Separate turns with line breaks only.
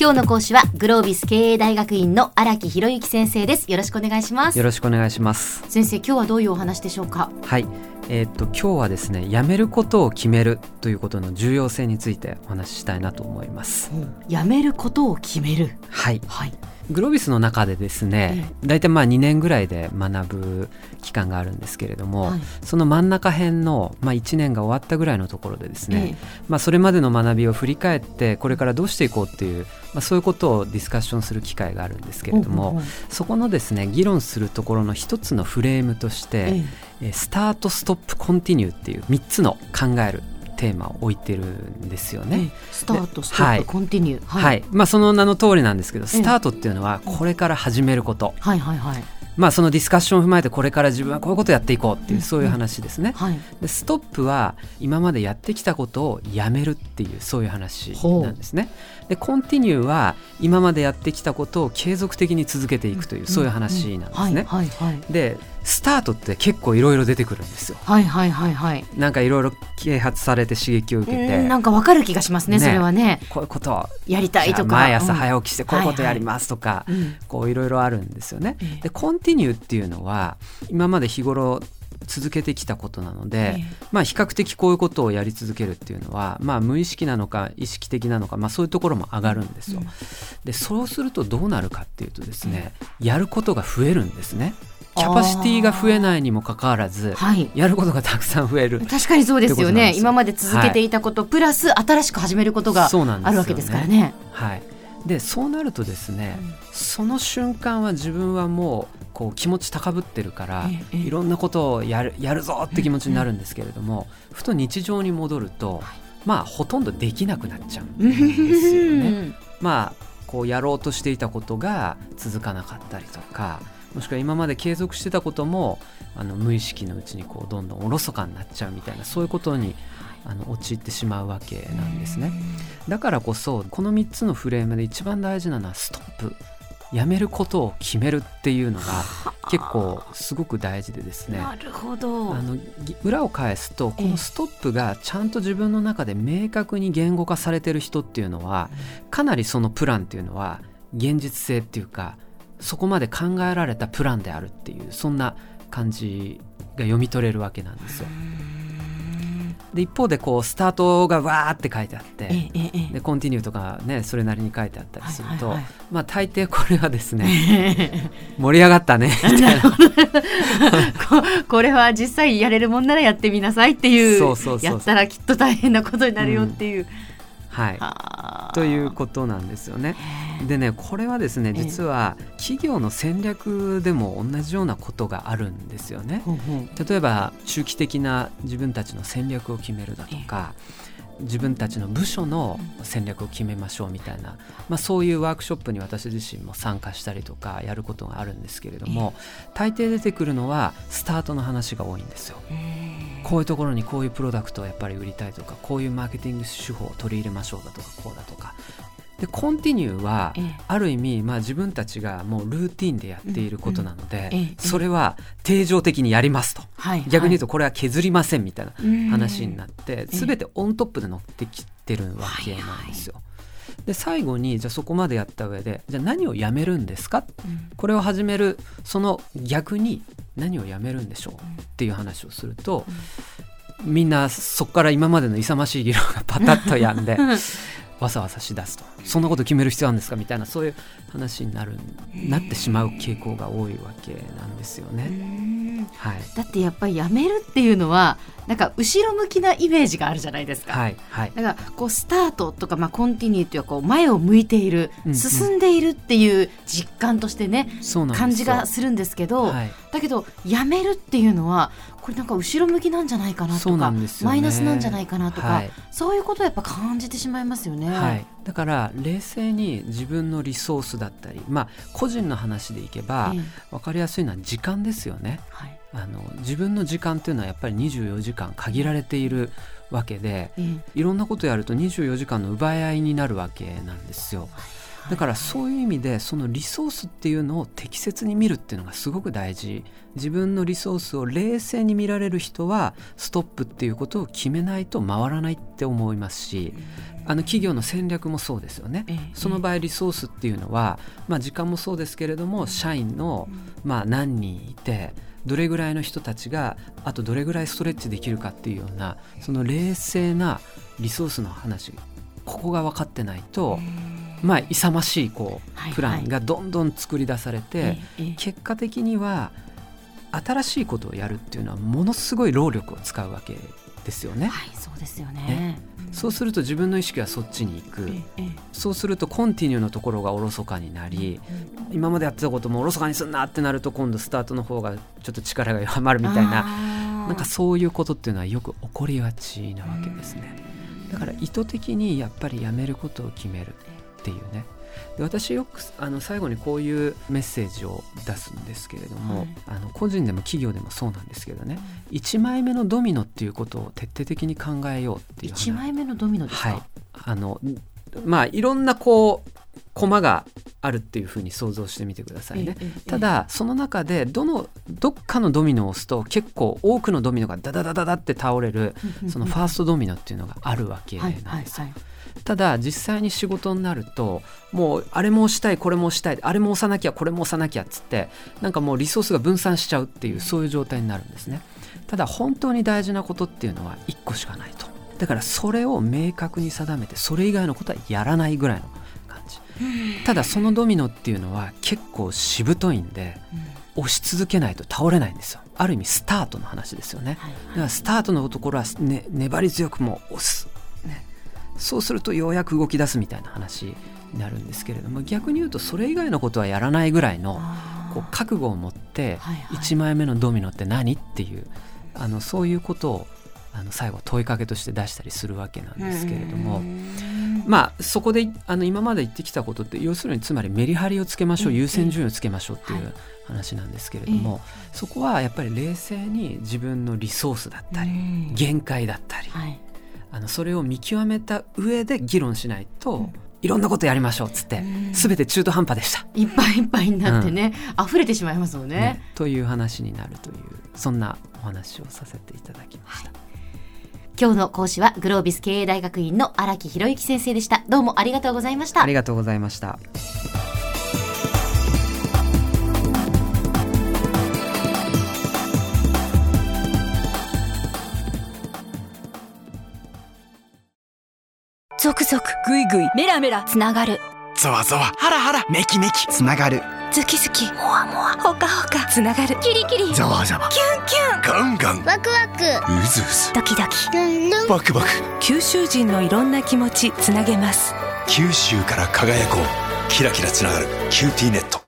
今日の講師はグロービス経営大学院の荒木博之先生です。よろしくお願いします。
よろしくお願いします。
先生、今日はどういうお話でしょうか？
はい、今日はですね、やめることを決めるということの重要性についてお話ししたいなと思います。
やめることを決める。
はい、
はい、
グロービスの中でですね、だいたい2年ぐらいで学ぶ期間があるんですけれども、その真ん中辺の、1年が終わったぐらいのところでですね、それまでの学びを振り返ってこれからどうしていこうっていう、そういうことをディスカッションする機会があるんですけれども、そこのですね、議論するところの一つのフレームとして、スタートストップコンティニューっていう3つの考えるテーマを置いてるんですよね。
スタートストップコンティニュー、
はいはい、その名の通りなんですけど、スタートっていうのはこれから始めること、そのディスカッションを踏まえてこれから自分はこういうことをやっていこうっていう、そういう話ですね。でストップは今までやってきたことをやめるっていう、そういう話なんですね。でコンティニューは今までやってきたことを継続的に続けていくという、そういう話なんですね。でスタートって結構いろいろ出てくるんですよ。なんかいろいろ啓発されて刺激を受けて、
なんか分かる気がします ね。それはね、
こういうことを
やりたいとか、
毎朝早起きしてこういうことやりますとか、こういろいろあるんですよね。でコンティニューっていうのは今まで日頃続けてきたことなので、比較的こういうことをやり続けるっていうのは、無意識なのか意識的なのか、そういうところも上がるんですよ。でそうするとどうなるかっていうとですね、やることが増えるんですね。キャパシティが増えないにもかかわらず、やることがたくさん増える。
確かにそうですよね。今まで続けていたこと、プラス新しく始めることがあるわけですからね。
でそうなるとですね、その瞬間は自分はもう気持ち高ぶってるから、いろんなことをやるぞって気持ちになるんですけれども、ふと日常に戻ると、ほとんどできなくなっちゃうんですよね。やろうとしていたことが続かなかったりとか、もしくは今まで継続してたことも無意識のうちにどんどんおろそかになっちゃうみたいな、そういうことに陥ってしまうわけなんですね。だからこそこの3つのフレームで一番大事なのはストップ、やめることを決めるっていうのが結構すごく大事でですね。
なるほど。
裏を返すと、このストップがちゃんと自分の中で明確に言語化されてる人っていうのは、かなりそのプランっていうのは現実性っていうか、そこまで考えられたプランであるっていう、そんな感じが読み取れるわけなんですよ。で一方でスタートがわーって書いてあって、でコンティニューとかね、それなりに書いてあったりすると、大抵これはですね盛り上がったねみたいな
これは実際やれるもんならやってみなさいっていう、やったらきっと大変なことになるよっていう、ということなんですよね。でね、これはですね、実は企業の戦略でも同じようなことがあるんですよね。例えば中期的な自分たちの戦略を決めるだとか、自分たちの部署の戦略を決めましょうみたいな、そういうワークショップに私自身も参加したりとかやることがあるんですけれども、大抵出てくるのはスタートの話が多いんですよ。こういうところにこういうプロダクトをやっぱり売りたいとか、こういうマーケティング手法を取り入れましょうだとか、こうだとかで、コンティニューはある意味、自分たちがもうルーティンでやっていることなので、それは定常的にやりますと、逆に言うとこれは削りませんみたいな話になって、全てオントップで乗ってきてるわけなんですよ。で最後にじゃあそこまでやった上で、じゃあ何をやめるんですか、これを始めるその逆に何をやめるんでしょうっていう話をすると、みんなそこから今までの勇ましい議論がパタッとやんでわさわさしだすと、そんなこと決める必要あるんですかみたいな、そういう話になってしまう傾向が多いわけなんですよね。 だってやっぱりやめるっていうのはなんか後ろ向きなイメージがあるじゃないですか。だからスタートとか、コンティニューというか前を向いている、進んでいるっていう実感としてね、感じがするんですけど、だけどやめるっていうのはこれなんか後ろ向きなんじゃないかなとか、マイナスなんじゃないかなとか、そういうことをやっぱ感じてしまいますよね。
だから冷静に自分のリソースだったり、個人の話でいけば分かりやすいのは時間ですよね。自分の時間っていうのはやっぱり24時間限られているわけで、いろんなことやると24時間の奪い合いになるわけなんですよ。 だからそういう意味でそのリソースっていうのを適切に見るっていうのがすごく大事。自分のリソースを冷静に見られる人はストップっていうことを決めないと回らないって思いますし、企業の戦略もそうですよね。その場合リソースっていうのは、時間もそうですけれども、社員の何人いてどれぐらいの人たちがあとどれぐらいストレッチできるかっていうような、その冷静なリソースの話、ここが分かってないと勇ましいプランがどんどん作り出されて、結果的には新しいことをやるっていうのはものすごい労力を使うわけですよね。
そうですよね。
そうすると自分の意識はそっちに行く。そうするとコンティニューのところがおろそかになり、今までやってたこともおろそかにすんなってなると、今度スタートの方がちょっと力が弱まるみたいな、なんかそういうことっていうのはよく起こりがちなわけですね。だから意図的にやっぱりやめることを決めるっていうね。で、私よく最後にこういうメッセージを出すんですけれども、個人でも企業でもそうなんですけどね、1枚目のドミノっていうことを徹底的に考えようっていう。
1枚目のドミノですか？
いろんなコマがあるっていうふうに想像してみてくださいね。ただその中でどっかのドミノを押すと結構多くのドミノがダダダダダって倒れる、そのファーストドミノっていうのがあるわけなんですよ。ただ実際に仕事になると、もうあれも押したいこれも押したい、あれも押さなきゃこれも押さなきゃっつって、なんかもうリソースが分散しちゃうっていう、そういう状態になるんですね。ただ本当に大事なことっていうのは1個しかないと。だからそれを明確に定めて、それ以外のことはやらないぐらいの感じ。ただそのドミノっていうのは結構しぶといんで、押し続けないと倒れないんですよ。ある意味スタートの話ですよね。だからスタートのところは、粘り強くも押す、そうするとようやく動き出すみたいな話になるんですけれども、逆に言うとそれ以外のことはやらないぐらいの覚悟を持って、1枚目のドミノって何っていう、そういうことを最後問いかけとして出したりするわけなんですけれども、そこで今まで言ってきたことって、要するにつまりメリハリをつけましょう、優先順位をつけましょうっていう話なんですけれども、そこはやっぱり冷静に自分のリソースだったり限界だったり、それを見極めた上で議論しないと、いろんなことやりましょうっつって全て中途半端でした、
いっぱいいっぱいになってね、溢れてしまいますよね。
という話になるという、そんなお話をさせていただきました。
今日の講師はグロービス経営大学院の荒木博之先生でした。どうもありがとうございました。
ありがとうございました。
ゾクゾクグイグイメラメラつながる、
ゾワゾワハラハラメキメキつながる、
ズキズキモワモワホカホカつながる、キリキリ
ザワザワ
キュンキュン
ガンガン
ワクワク
うずうず
ドキドキ
ルンルン
バクバク、
九州人のいろんな気持ちつなげます。
九州から輝こう、キラキラつながるキューティーネット。